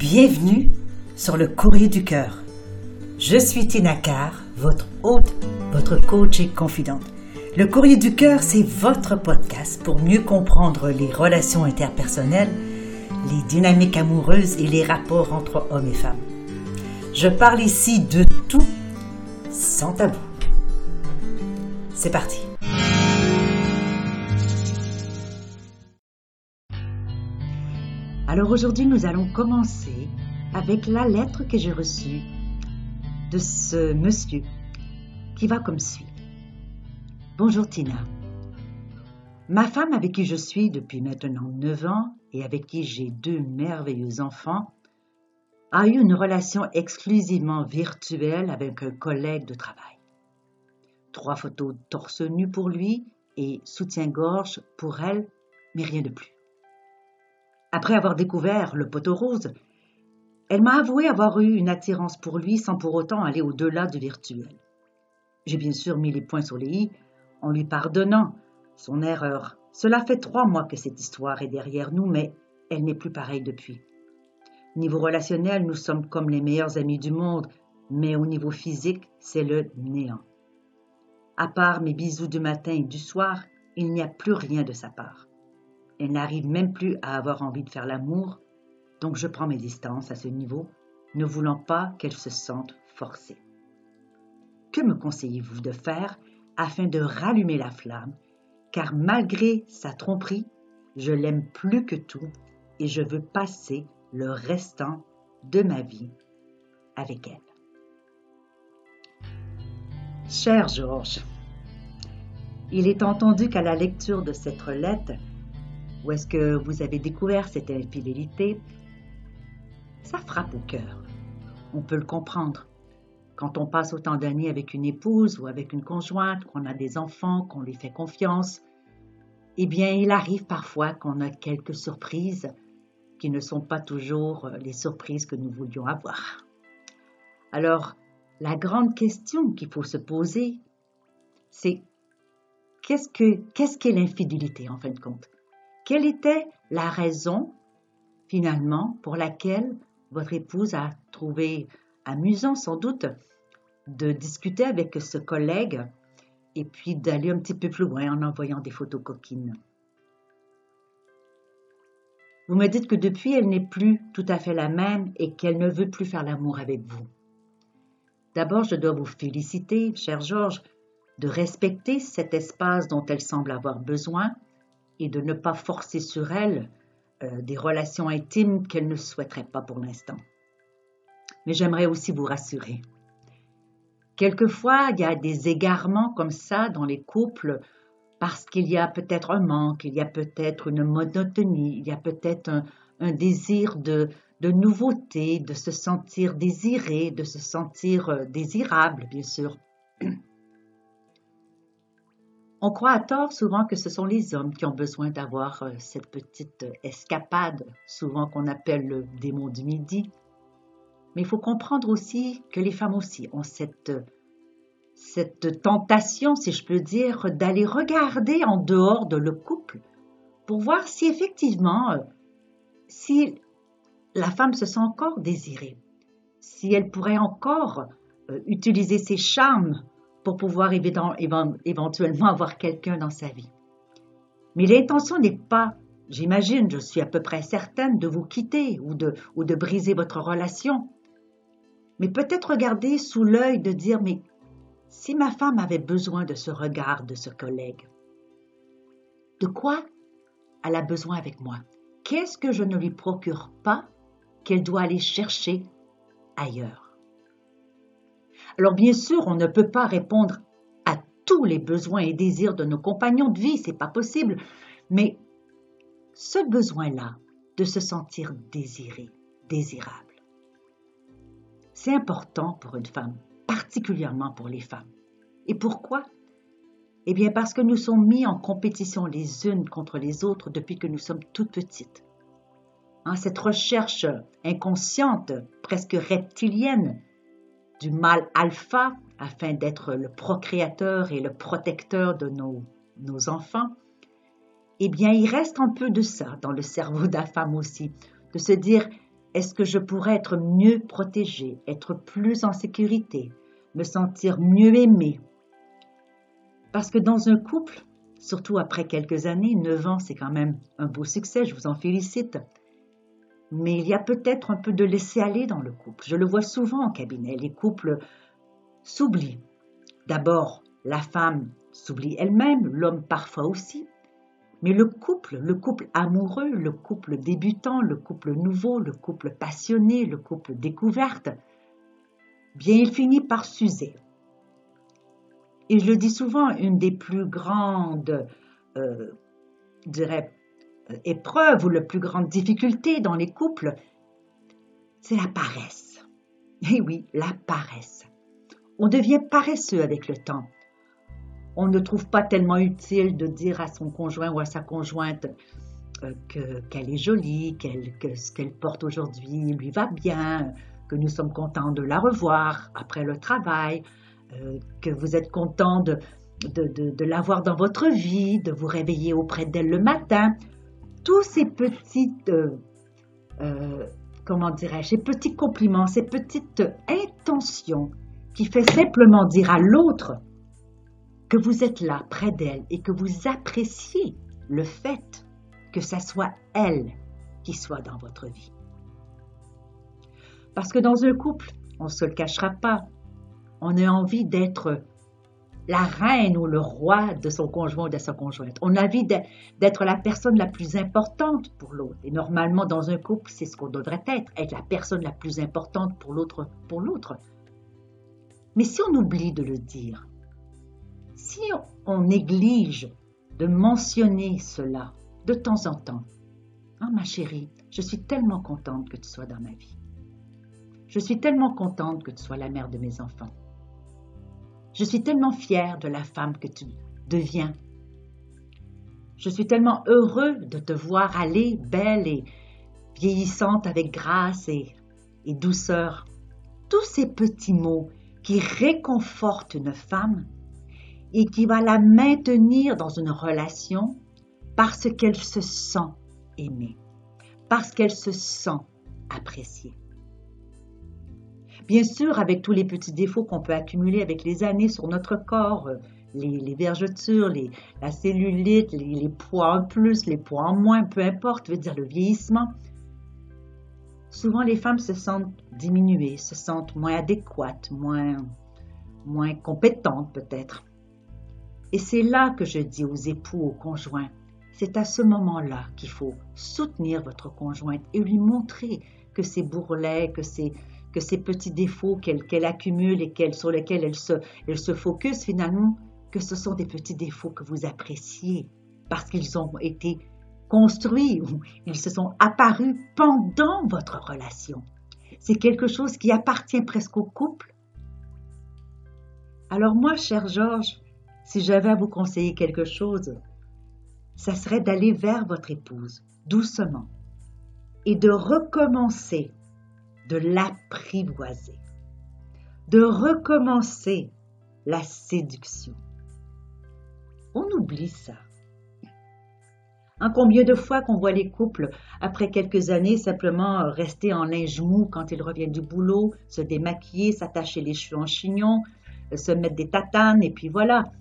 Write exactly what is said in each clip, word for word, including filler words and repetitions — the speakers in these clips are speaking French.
Bienvenue sur le Courrier du Cœur. Je suis Tina Carr, votre hôte, votre coach et confidente. Le Courrier du Cœur, c'est votre podcast pour mieux comprendre les relations interpersonnelles, les dynamiques amoureuses et les rapports entre hommes et femmes. Je parle ici de tout, sans tabou. C'est parti. Alors aujourd'hui, nous allons commencer avec la lettre que j'ai reçue de ce monsieur qui va comme suit. Bonjour Tina. Ma femme avec qui je suis depuis maintenant neuf ans et avec qui j'ai deux merveilleux enfants a eu une relation exclusivement virtuelle avec un collègue de travail. Trois photos torse nu pour lui et soutien-gorge pour elle, mais rien de plus. Après avoir découvert le poteau rose, elle m'a avoué avoir eu une attirance pour lui sans pour autant aller au-delà du virtuel. J'ai bien sûr mis les points sur les i en lui pardonnant son erreur. Cela fait trois mois que cette histoire est derrière nous, mais elle n'est plus pareille depuis. Niveau relationnel, nous sommes comme les meilleurs amis du monde, mais au niveau physique, c'est le néant. À part mes bisous du matin et du soir, il n'y a plus rien de sa part. Elle n'arrive même plus à avoir envie de faire l'amour, donc je prends mes distances à ce niveau, ne voulant pas qu'elle se sente forcée. Que me conseillez-vous de faire afin de rallumer la flamme, car malgré sa tromperie, je l'aime plus que tout et je veux passer le restant de ma vie avec elle. Cher Georges, il est entendu qu'à la lecture de cette lettre, où est-ce que vous avez découvert cette infidélité, ça frappe au cœur. On peut le comprendre. Quand on passe autant d'années avec une épouse ou avec une conjointe, qu'on a des enfants, qu'on lui fait confiance, eh bien, il arrive parfois qu'on a quelques surprises qui ne sont pas toujours les surprises que nous voulions avoir. Alors, la grande question qu'il faut se poser, c'est qu'est-ce que, qu'est-ce qu'est l'infidélité en fin de compte? Quelle était la raison, finalement, pour laquelle votre épouse a trouvé amusant, sans doute, de discuter avec ce collègue et puis d'aller un petit peu plus loin en envoyant des photos coquines? Vous me dites que depuis, elle n'est plus tout à fait la même et qu'elle ne veut plus faire l'amour avec vous. D'abord, je dois vous féliciter, cher Georges, de respecter cet espace dont elle semble avoir besoin et de ne pas forcer sur elle euh, des relations intimes qu'elle ne souhaiterait pas pour l'instant. Mais j'aimerais aussi vous rassurer. Quelquefois, il y a des égarements comme ça dans les couples parce qu'il y a peut-être un manque, il y a peut-être une monotonie, il y a peut-être un, un désir de, de nouveauté, de se sentir désiré, de se sentir euh, désirable, bien sûr. On croit à tort souvent que ce sont les hommes qui ont besoin d'avoir euh, cette petite euh, escapade, souvent qu'on appelle le démon du midi. Mais il faut comprendre aussi que les femmes aussi ont cette, cette tentation, si je peux dire, d'aller regarder en dehors de le couple pour voir si effectivement, euh, si la femme se sent encore désirée, si elle pourrait encore euh, utiliser ses charmes pour pouvoir éventuellement avoir quelqu'un dans sa vie. Mais l'intention n'est pas, j'imagine, je suis à peu près certaine, de vous quitter ou de, ou de briser votre relation. Mais peut-être regarder sous l'œil de dire, mais si ma femme avait besoin de ce regard de ce collègue, de quoi elle a besoin avec moi? Qu'est-ce que je ne lui procure pas qu'elle doit aller chercher ailleurs? Alors bien sûr, on ne peut pas répondre à tous les besoins et désirs de nos compagnons de vie, c'est pas possible. Mais ce besoin-là de se sentir désiré, désirable, c'est important pour une femme, particulièrement pour les femmes. Et pourquoi? Eh bien parce que nous sommes mis en compétition les unes contre les autres depuis que nous sommes toutes petites. Hein, cette recherche inconsciente, presque reptilienne, du mâle alpha afin d'être le procréateur et le protecteur de nos, nos enfants, eh bien, il reste un peu de ça dans le cerveau de la femme aussi, de se dire Est-ce que je pourrais être mieux protégée, être plus en sécurité, me sentir mieux aimée? Parce que dans un couple, surtout après quelques années, neuf ans, c'est quand même un beau succès, je vous en félicite. Mais il y a peut-être un peu de laisser-aller dans le couple. Je le vois souvent en cabinet, les couples s'oublient. D'abord, la femme s'oublie elle-même, l'homme parfois aussi. Mais le couple, le couple amoureux, le couple débutant, le couple nouveau, le couple passionné, le couple découverte, bien, il finit par s'user. Et je le dis souvent, une des plus grandes, euh, je dirais, épreuves ou la plus grande difficulté dans les couples, c'est la paresse. Et oui, la paresse. On devient paresseux avec le temps. On ne trouve pas tellement utile de dire à son conjoint ou à sa conjointe euh, que, qu'elle est jolie, qu'elle, que ce qu'elle porte aujourd'hui lui va bien, que nous sommes contents de la revoir après le travail, euh, que vous êtes content de, de, de, de l'avoir dans votre vie, de vous réveiller auprès d'elle le matin. Tous ces petites, euh, euh, comment dirais-je, ces petits compliments, ces petites intentions qui fait simplement dire à l'autre que vous êtes là, près d'elle, et que vous appréciez le fait que ça soit elle qui soit dans votre vie. Parce que dans un couple, on ne se le cachera pas, on a envie d'être la reine ou le roi de son conjoint ou de sa conjointe. On a envie d'être la personne la plus importante pour l'autre. Et normalement, dans un couple, c'est ce qu'on devrait être, être la personne la plus importante pour l'autre, pour l'autre. Mais si on oublie de le dire, si on néglige de mentionner cela de temps en temps, « Ah, ma chérie, je suis tellement contente que tu sois dans ma vie. Je suis tellement contente que tu sois la mère de mes enfants. Je suis tellement fière de la femme que tu deviens. Je suis tellement heureux de te voir aller belle et vieillissante avec grâce et, et douceur. » Tous ces petits mots qui réconfortent une femme et qui va la maintenir dans une relation parce qu'elle se sent aimée, parce qu'elle se sent appréciée. Bien sûr, avec tous les petits défauts qu'on peut accumuler avec les années sur notre corps, les, les vergetures, les, la cellulite, les, les poids en plus, les poids en moins, peu importe, veut dire le vieillissement, souvent les femmes se sentent diminuées, se sentent moins adéquates, moins, moins compétentes peut-être. Et c'est là que je dis aux époux, aux conjoints, c'est à ce moment-là qu'il faut soutenir votre conjointe et lui montrer que ces bourrelets, que ces, que ces petits défauts qu'elle qu'elle accumule et qu'elle, sur lesquels elle se, elle se focus finalement, que ce sont des petits défauts que vous appréciez parce qu'ils ont été construits ou ils se sont apparus pendant votre relation. C'est quelque chose qui appartient presque au couple. Alors moi, cher Georges, si j'avais à vous conseiller quelque chose, ça serait d'aller vers votre épouse, doucement, et de recommencer de l'apprivoiser, de recommencer la séduction. On oublie ça. Hein, combien de fois qu'on voit les couples, après quelques années, simplement rester en linge mou quand ils reviennent du boulot, se démaquiller, s'attacher les cheveux en chignon, se mettre des tatanes, et puis voilà.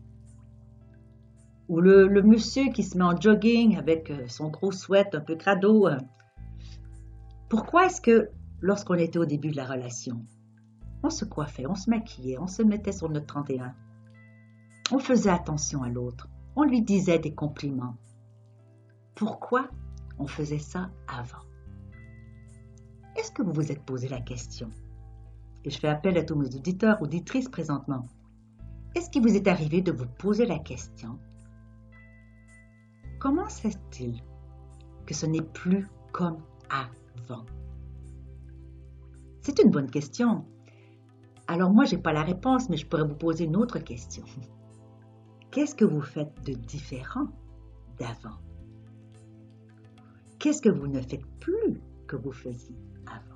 Ou le, le monsieur qui se met en jogging avec son gros sweat un peu crado. Pourquoi est-ce que, lorsqu'on était au début de la relation, on se coiffait, on se maquillait, on se mettait sur notre trente et un, on faisait attention à l'autre, on lui disait des compliments. Pourquoi on faisait ça avant? Est-ce que vous vous êtes posé la question? Et je fais appel à tous mes auditeurs, auditrices présentement. Est-ce qu'il vous est arrivé de vous poser la question? Comment se fait-il que ce n'est plus comme avant? C'est une bonne question. Alors moi, je n'ai pas la réponse, mais je pourrais vous poser une autre question. Qu'est-ce que vous faites de différent d'avant? Qu'est-ce que vous ne faites plus que vous faisiez avant?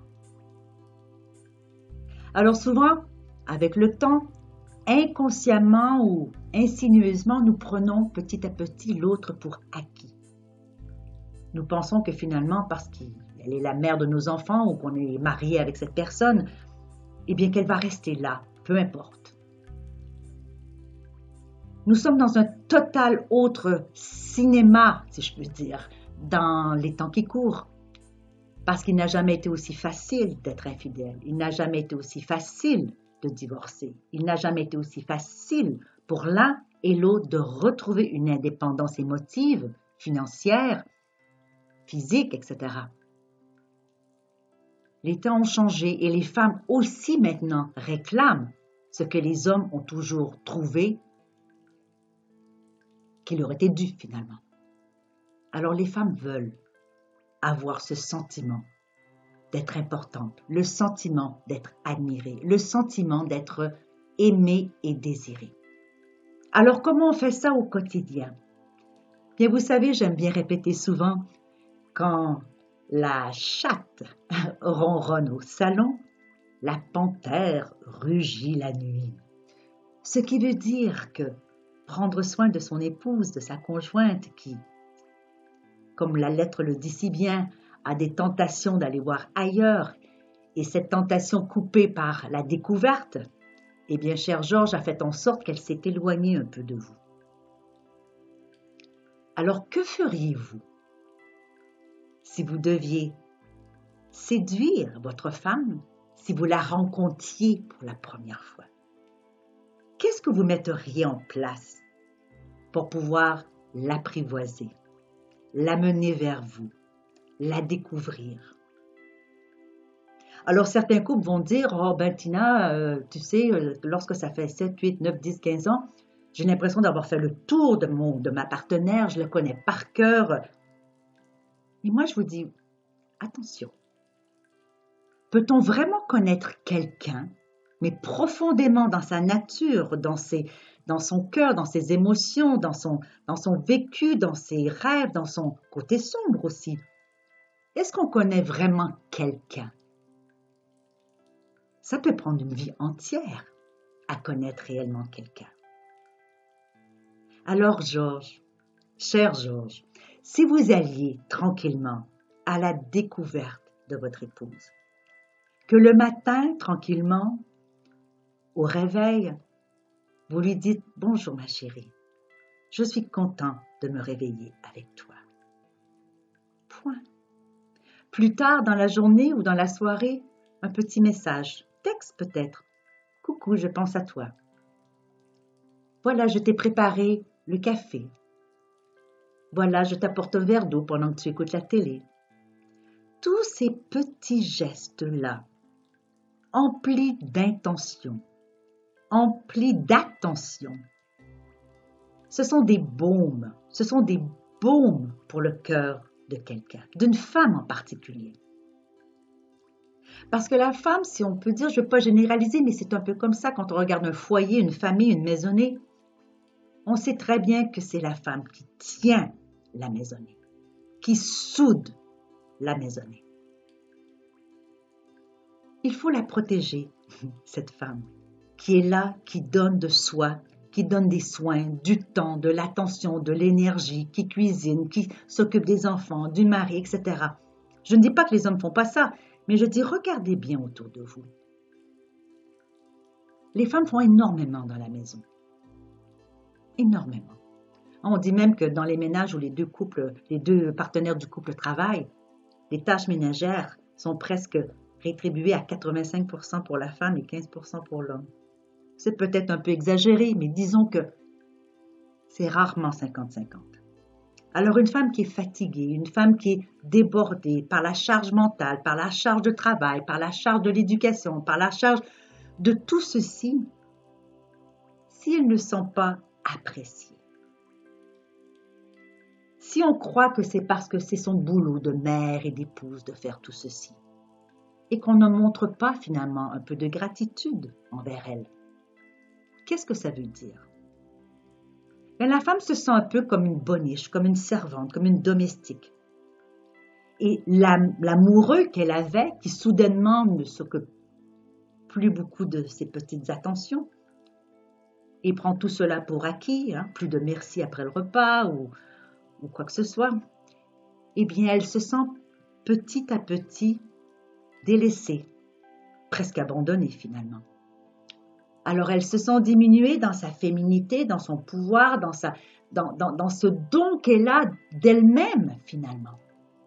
Alors souvent, avec le temps, inconsciemment ou insinueusement, nous prenons petit à petit l'autre pour acquis. Nous pensons que finalement, parce qu'il elle est la mère de nos enfants ou qu'on est marié avec cette personne, eh bien qu'elle va rester là, peu importe. Nous sommes dans un total autre cinéma, si je peux dire, dans les temps qui courent. Parce qu'il n'a jamais été aussi facile d'être infidèle. Il n'a jamais été aussi facile de divorcer. Il n'a jamais été aussi facile pour l'un et l'autre de retrouver une indépendance émotive, financière, physique, et cetera. Les temps ont changé et les femmes aussi maintenant réclament ce que les hommes ont toujours trouvé qui leur était dû finalement. Alors les femmes veulent avoir ce sentiment d'être importante, le sentiment d'être admirée, le sentiment d'être aimée et désirée. Alors comment on fait ça au quotidien? Bien, vous savez, j'aime bien répéter souvent, quand la chatte ronronne au salon, la panthère rugit la nuit. Ce qui veut dire que prendre soin de son épouse, de sa conjointe qui, comme la lettre le dit si bien, a des tentations d'aller voir ailleurs, et cette tentation coupée par la découverte, eh bien, cher Georges a fait en sorte qu'elle s'est éloignée un peu de vous. Alors, que feriez-vous si vous deviez séduire votre femme, si vous la rencontriez pour la première fois? Qu'est-ce que vous metteriez en place pour pouvoir l'apprivoiser, l'amener vers vous, la découvrir? Alors, certains couples vont dire, « Oh, ben Tina, euh, tu sais, euh, lorsque ça fait sept, huit, neuf, dix, quinze ans, j'ai l'impression d'avoir fait le tour de, mon, de ma partenaire, je le connais par cœur. » Et moi, je vous dis, attention. Peut-on vraiment connaître quelqu'un, mais profondément dans sa nature, dans, ses, dans son cœur, dans ses émotions, dans son, dans son vécu, dans ses rêves, dans son côté sombre aussi? Est-ce qu'on connaît vraiment quelqu'un? Ça peut prendre une vie entière à connaître réellement quelqu'un. Alors, Georges, cher Georges, si vous alliez tranquillement à la découverte de votre épouse, que le matin, tranquillement, au réveil, vous lui dites « Bonjour ma chérie, je suis content de me réveiller avec toi. » Point. Plus tard dans la journée ou dans la soirée, un petit message, texte peut-être. « Coucou, je pense à toi. Voilà, je t'ai préparé le café. Voilà, je t'apporte un verre d'eau pendant que tu écoutes la télé. » Tous ces petits gestes-là, emplis d'intention, emplis d'attention, ce sont des baumes, ce sont des baumes pour le cœur de quelqu'un, d'une femme en particulier. Parce que la femme, si on peut dire, je ne veux pas généraliser, mais c'est un peu comme ça quand on regarde un foyer, une famille, une maisonnée, on sait très bien que c'est la femme qui tient la maisonnée, qui soude la maisonnée. Il faut la protéger, cette femme, qui est là, qui donne de soi, qui donne des soins, du temps, de l'attention, de l'énergie, qui cuisine, qui s'occupe des enfants, du mari, et cetera. Je ne dis pas que les hommes ne font pas ça, mais je dis regardez bien autour de vous. Les femmes font énormément dans la maison. Énormément. On dit même que dans les ménages où les deux couples, les deux partenaires du couple travaillent, les tâches ménagères sont presque rétribuées à quatre-vingt-cinq pour cent pour la femme et quinze pour cent pour l'homme. C'est peut-être un peu exagéré, mais disons que c'est rarement cinquante cinquante. Alors une femme qui est fatiguée, une femme qui est débordée par la charge mentale, par la charge de travail, par la charge de l'éducation, par la charge de tout ceci, si elle ne se sent pas appréciée, si on croit que c'est parce que c'est son boulot de mère et d'épouse de faire tout ceci, et qu'on ne montre pas finalement un peu de gratitude envers elle, qu'est-ce que ça veut dire? Bien, la femme se sent un peu comme une boniche, comme une servante, comme une domestique. Et l'amoureux qu'elle avait, qui soudainement ne s'occupe plus beaucoup de ses petites attentions, et prend tout cela pour acquis, hein, plus de merci après le repas ou, ou quoi que ce soit, eh bien, elle se sent petit à petit délaissée, presque abandonnée finalement. Alors elle se sent diminuée dans sa féminité, dans son pouvoir, dans, sa, dans, dans, dans ce don qu'elle a d'elle-même finalement.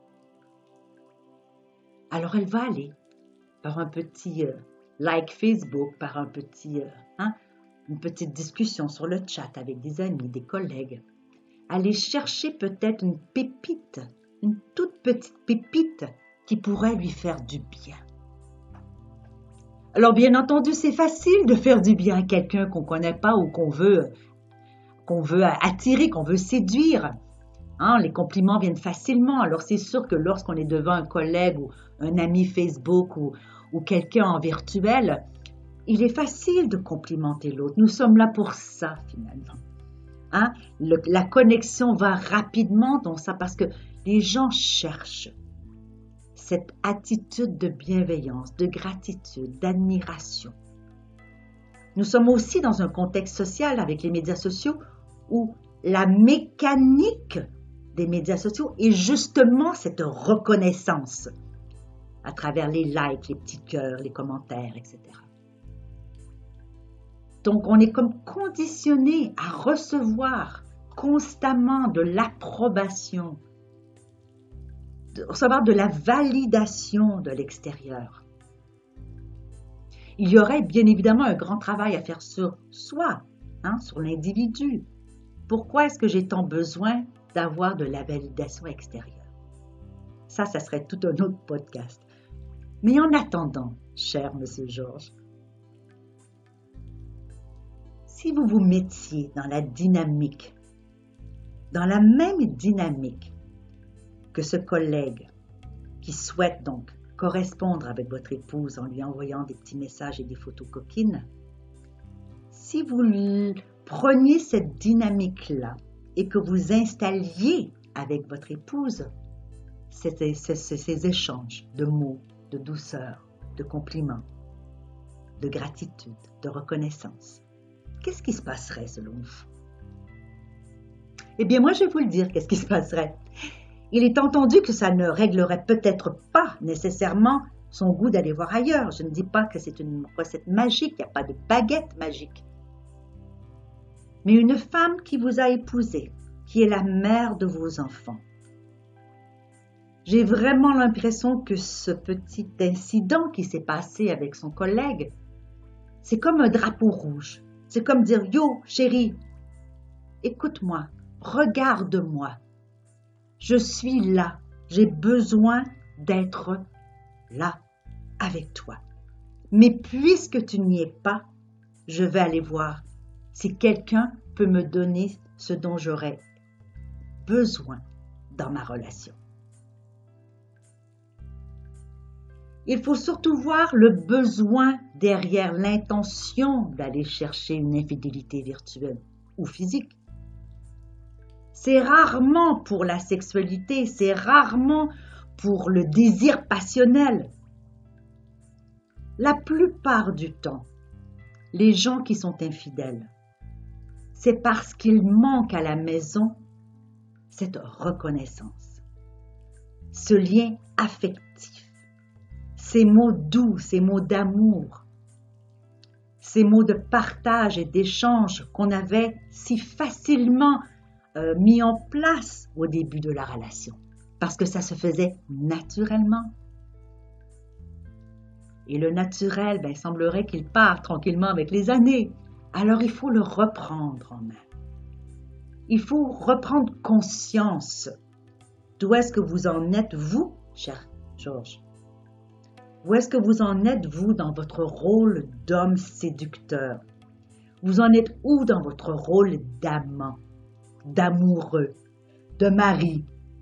Alors elle va aller par un petit euh, like Facebook, par un petit, euh, hein, une petite discussion sur le chat avec des amis, des collègues, aller chercher peut-être une pépite, une toute petite pépite qui pourrait lui faire du bien. Alors bien entendu, c'est facile de faire du bien à quelqu'un qu'on ne connaît pas ou qu'on veut, qu'on veut attirer, qu'on veut séduire. Hein, les compliments viennent facilement. Alors c'est sûr que lorsqu'on est devant un collègue ou un ami Facebook ou, ou quelqu'un en virtuel, il est facile de complimenter l'autre. Nous sommes là pour ça finalement. Hein? Le, la connexion va rapidement dans ça parce que les gens cherchent cette attitude de bienveillance, de gratitude, d'admiration. Nous sommes aussi dans un contexte social avec les médias sociaux où la mécanique des médias sociaux est justement cette reconnaissance à travers les likes, les petits cœurs, les commentaires, et cetera. Donc, on est comme conditionné à recevoir constamment de l'approbation, de recevoir de la validation de l'extérieur. Il y aurait bien évidemment un grand travail à faire sur soi, hein, sur l'individu. Pourquoi est-ce que j'ai tant besoin d'avoir de la validation extérieure? Ça, ça serait tout un autre podcast. Mais en attendant, cher Monsieur Georges, si vous vous mettiez dans la dynamique, dans la même dynamique que ce collègue qui souhaite donc correspondre avec votre épouse en lui envoyant des petits messages et des photos coquines, si vous preniez cette dynamique-là et que vous installiez avec votre épouse ces, ces, ces échanges de mots, de douceur, de compliments, de gratitude, de reconnaissance, qu'est-ce qui se passerait selon vous? Eh bien, moi, je vais vous le dire, qu'est-ce qui se passerait. Il est entendu que ça ne réglerait peut-être pas nécessairement son goût d'aller voir ailleurs. Je ne dis pas que c'est une recette magique, il n'y a pas de baguette magique. Mais une femme qui vous a épousé, qui est la mère de vos enfants, j'ai vraiment l'impression que ce petit incident qui s'est passé avec son collègue, c'est comme un drapeau rouge. C'est comme dire, yo, chérie, écoute-moi, regarde-moi. Je suis là, j'ai besoin d'être là avec toi. Mais puisque tu n'y es pas, je vais aller voir si quelqu'un peut me donner ce dont j'aurais besoin dans ma relation. Il faut surtout voir le besoin derrière l'intention d'aller chercher une infidélité virtuelle ou physique. C'est rarement pour la sexualité, c'est rarement pour le désir passionnel. La plupart du temps, les gens qui sont infidèles, c'est parce qu'ils manquent à la maison cette reconnaissance, ce lien affectif. Ces mots doux, ces mots d'amour, ces mots de partage et d'échange qu'on avait si facilement euh, mis en place au début de la relation, parce que ça se faisait naturellement. Et le naturel, ben, il semblerait qu'il part tranquillement avec les années. Alors il faut le reprendre en main. Il faut reprendre conscience d'où est-ce que vous en êtes, vous, cher Georges. Où est-ce que vous en êtes, vous, dans votre rôle d'homme séducteur? Vous en êtes où dans votre rôle d'amant, d'amoureux, de mari?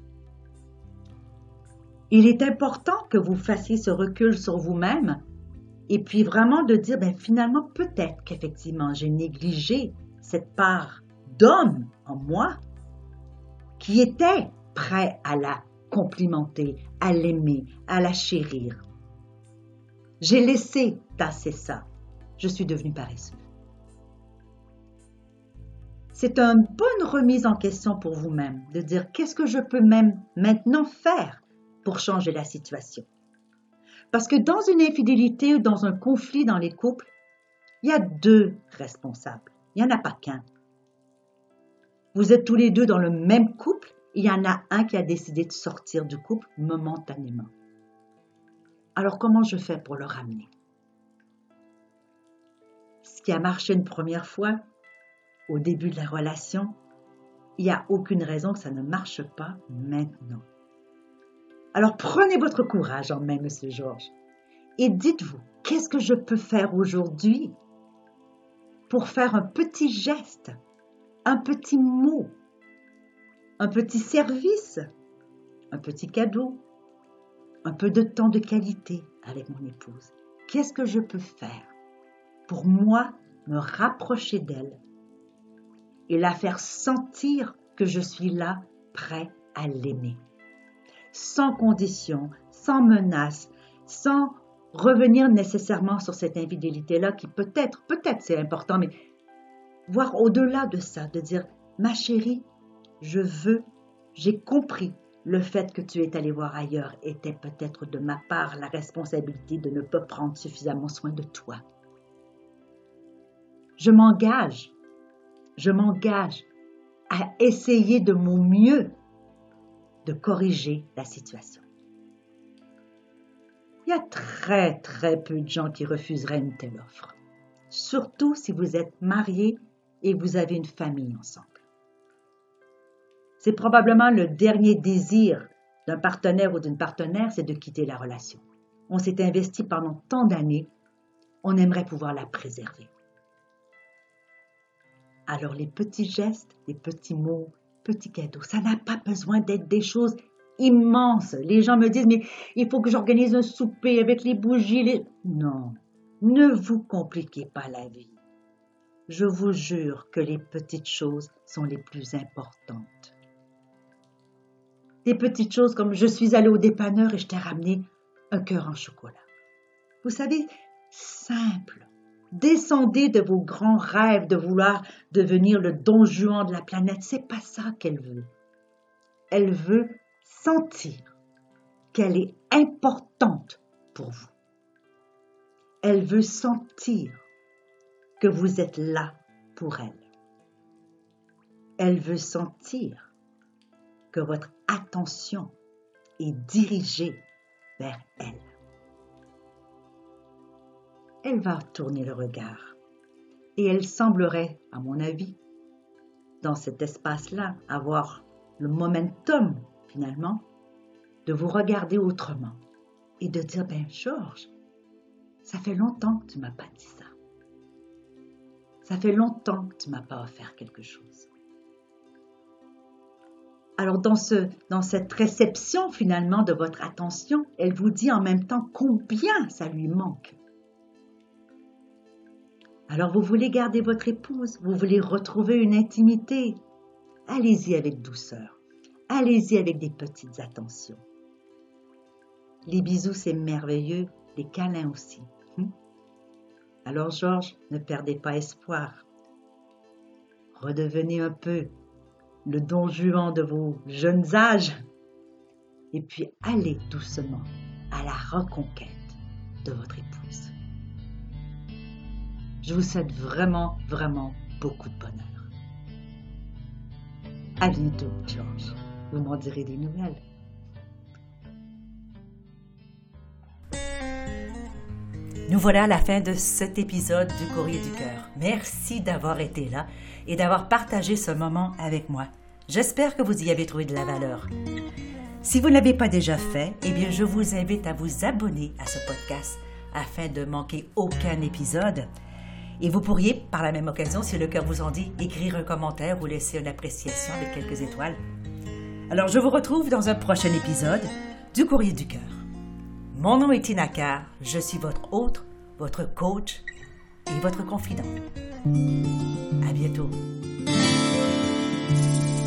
Il est important que vous fassiez ce recul sur vous-même et puis vraiment de dire, ben, finalement, peut-être qu'effectivement, j'ai négligé cette part d'homme en moi qui était prêt à la complimenter, à l'aimer, à la chérir. J'ai laissé tasser ça. Je suis devenue paresseux. C'est une bonne remise en question pour vous-même, de dire qu'est-ce que je peux même maintenant faire pour changer la situation. Parce que dans une infidélité ou dans un conflit dans les couples, il y a deux responsables. Il n'y en a pas qu'un. Vous êtes tous les deux dans le même couple, il y en a un qui a décidé de sortir du couple momentanément. Alors comment je fais pour le ramener? Ce qui a marché une première fois, au début de la relation, il n'y a aucune raison que ça ne marche pas maintenant. Alors prenez votre courage en main, Monsieur Georges, et dites-vous, qu'est-ce que je peux faire aujourd'hui pour faire un petit geste, un petit mot, un petit service, un petit cadeau, un peu de temps de qualité avec mon épouse? Qu'est-ce que je peux faire pour moi me rapprocher d'elle et la faire sentir que je suis là, prêt à l'aimer? Sans condition, sans menace, sans revenir nécessairement sur cette infidélité-là qui peut-être, peut-être c'est important, mais voir au-delà de ça, de dire « Ma chérie, je veux, j'ai compris le fait que tu es allée voir ailleurs était peut-être de ma part la responsabilité de ne pas prendre suffisamment soin de toi. Je m'engage, je m'engage à essayer de mon mieux de corriger la situation. » Il y a très, très peu de gens qui refuseraient une telle offre, surtout si vous êtes mariés et vous avez une famille ensemble. C'est probablement le dernier désir d'un partenaire ou d'une partenaire, c'est de quitter la relation. On s'est investi pendant tant d'années, on aimerait pouvoir la préserver. Alors les petits gestes, les petits mots, petits cadeaux, ça n'a pas besoin d'être des choses immenses. Les gens me disent, mais il faut que j'organise un souper avec les bougies. Les... Non, ne vous compliquez pas la vie. Je vous jure que les petites choses sont les plus importantes. Des petites choses comme je suis allée au dépanneur et je t'ai ramené un cœur en chocolat. Vous savez, simple. Descendez de vos grands rêves de vouloir devenir le Don Juan de la planète. C'est pas ça qu'elle veut. Elle veut sentir qu'elle est importante pour vous. Elle veut sentir que vous êtes là pour elle. Elle veut sentir que votre attention est dirigée vers elle. Elle va tourner le regard et elle semblerait, à mon avis, dans cet espace-là, avoir le momentum, finalement, de vous regarder autrement et de dire, ben Georges, ça fait longtemps que tu ne m'as pas dit ça. Ça fait longtemps que tu ne m'as pas offert quelque chose. Alors, dans, ce, dans cette réception, finalement, de votre attention, elle vous dit en même temps combien ça lui manque. Alors, vous voulez garder votre épouse, vous voulez retrouver une intimité. Allez-y avec douceur. Allez-y avec des petites attentions. Les bisous, c'est merveilleux, les câlins aussi. Hum? Alors, Georges, ne perdez pas espoir. Redevenez un peu le Don Juan de vos jeunes âges et puis allez doucement à la reconquête de votre épouse. Je vous souhaite vraiment, vraiment beaucoup de bonheur. À bientôt, Georges. Vous m'en direz des nouvelles. Nous voilà à la fin de cet épisode du Courrier du Cœur. Merci d'avoir été là et d'avoir partagé ce moment avec moi. J'espère que vous y avez trouvé de la valeur. Si vous ne l'avez pas déjà fait, eh bien, je vous invite à vous abonner à ce podcast afin de manquer aucun épisode. Et vous pourriez, par la même occasion, si le cœur vous en dit, écrire un commentaire ou laisser une appréciation avec quelques étoiles. Alors, je vous retrouve dans un prochain épisode du Courrier du Cœur. Mon nom est Tina Carr, je suis votre hôte, votre coach et votre confidente. À bientôt.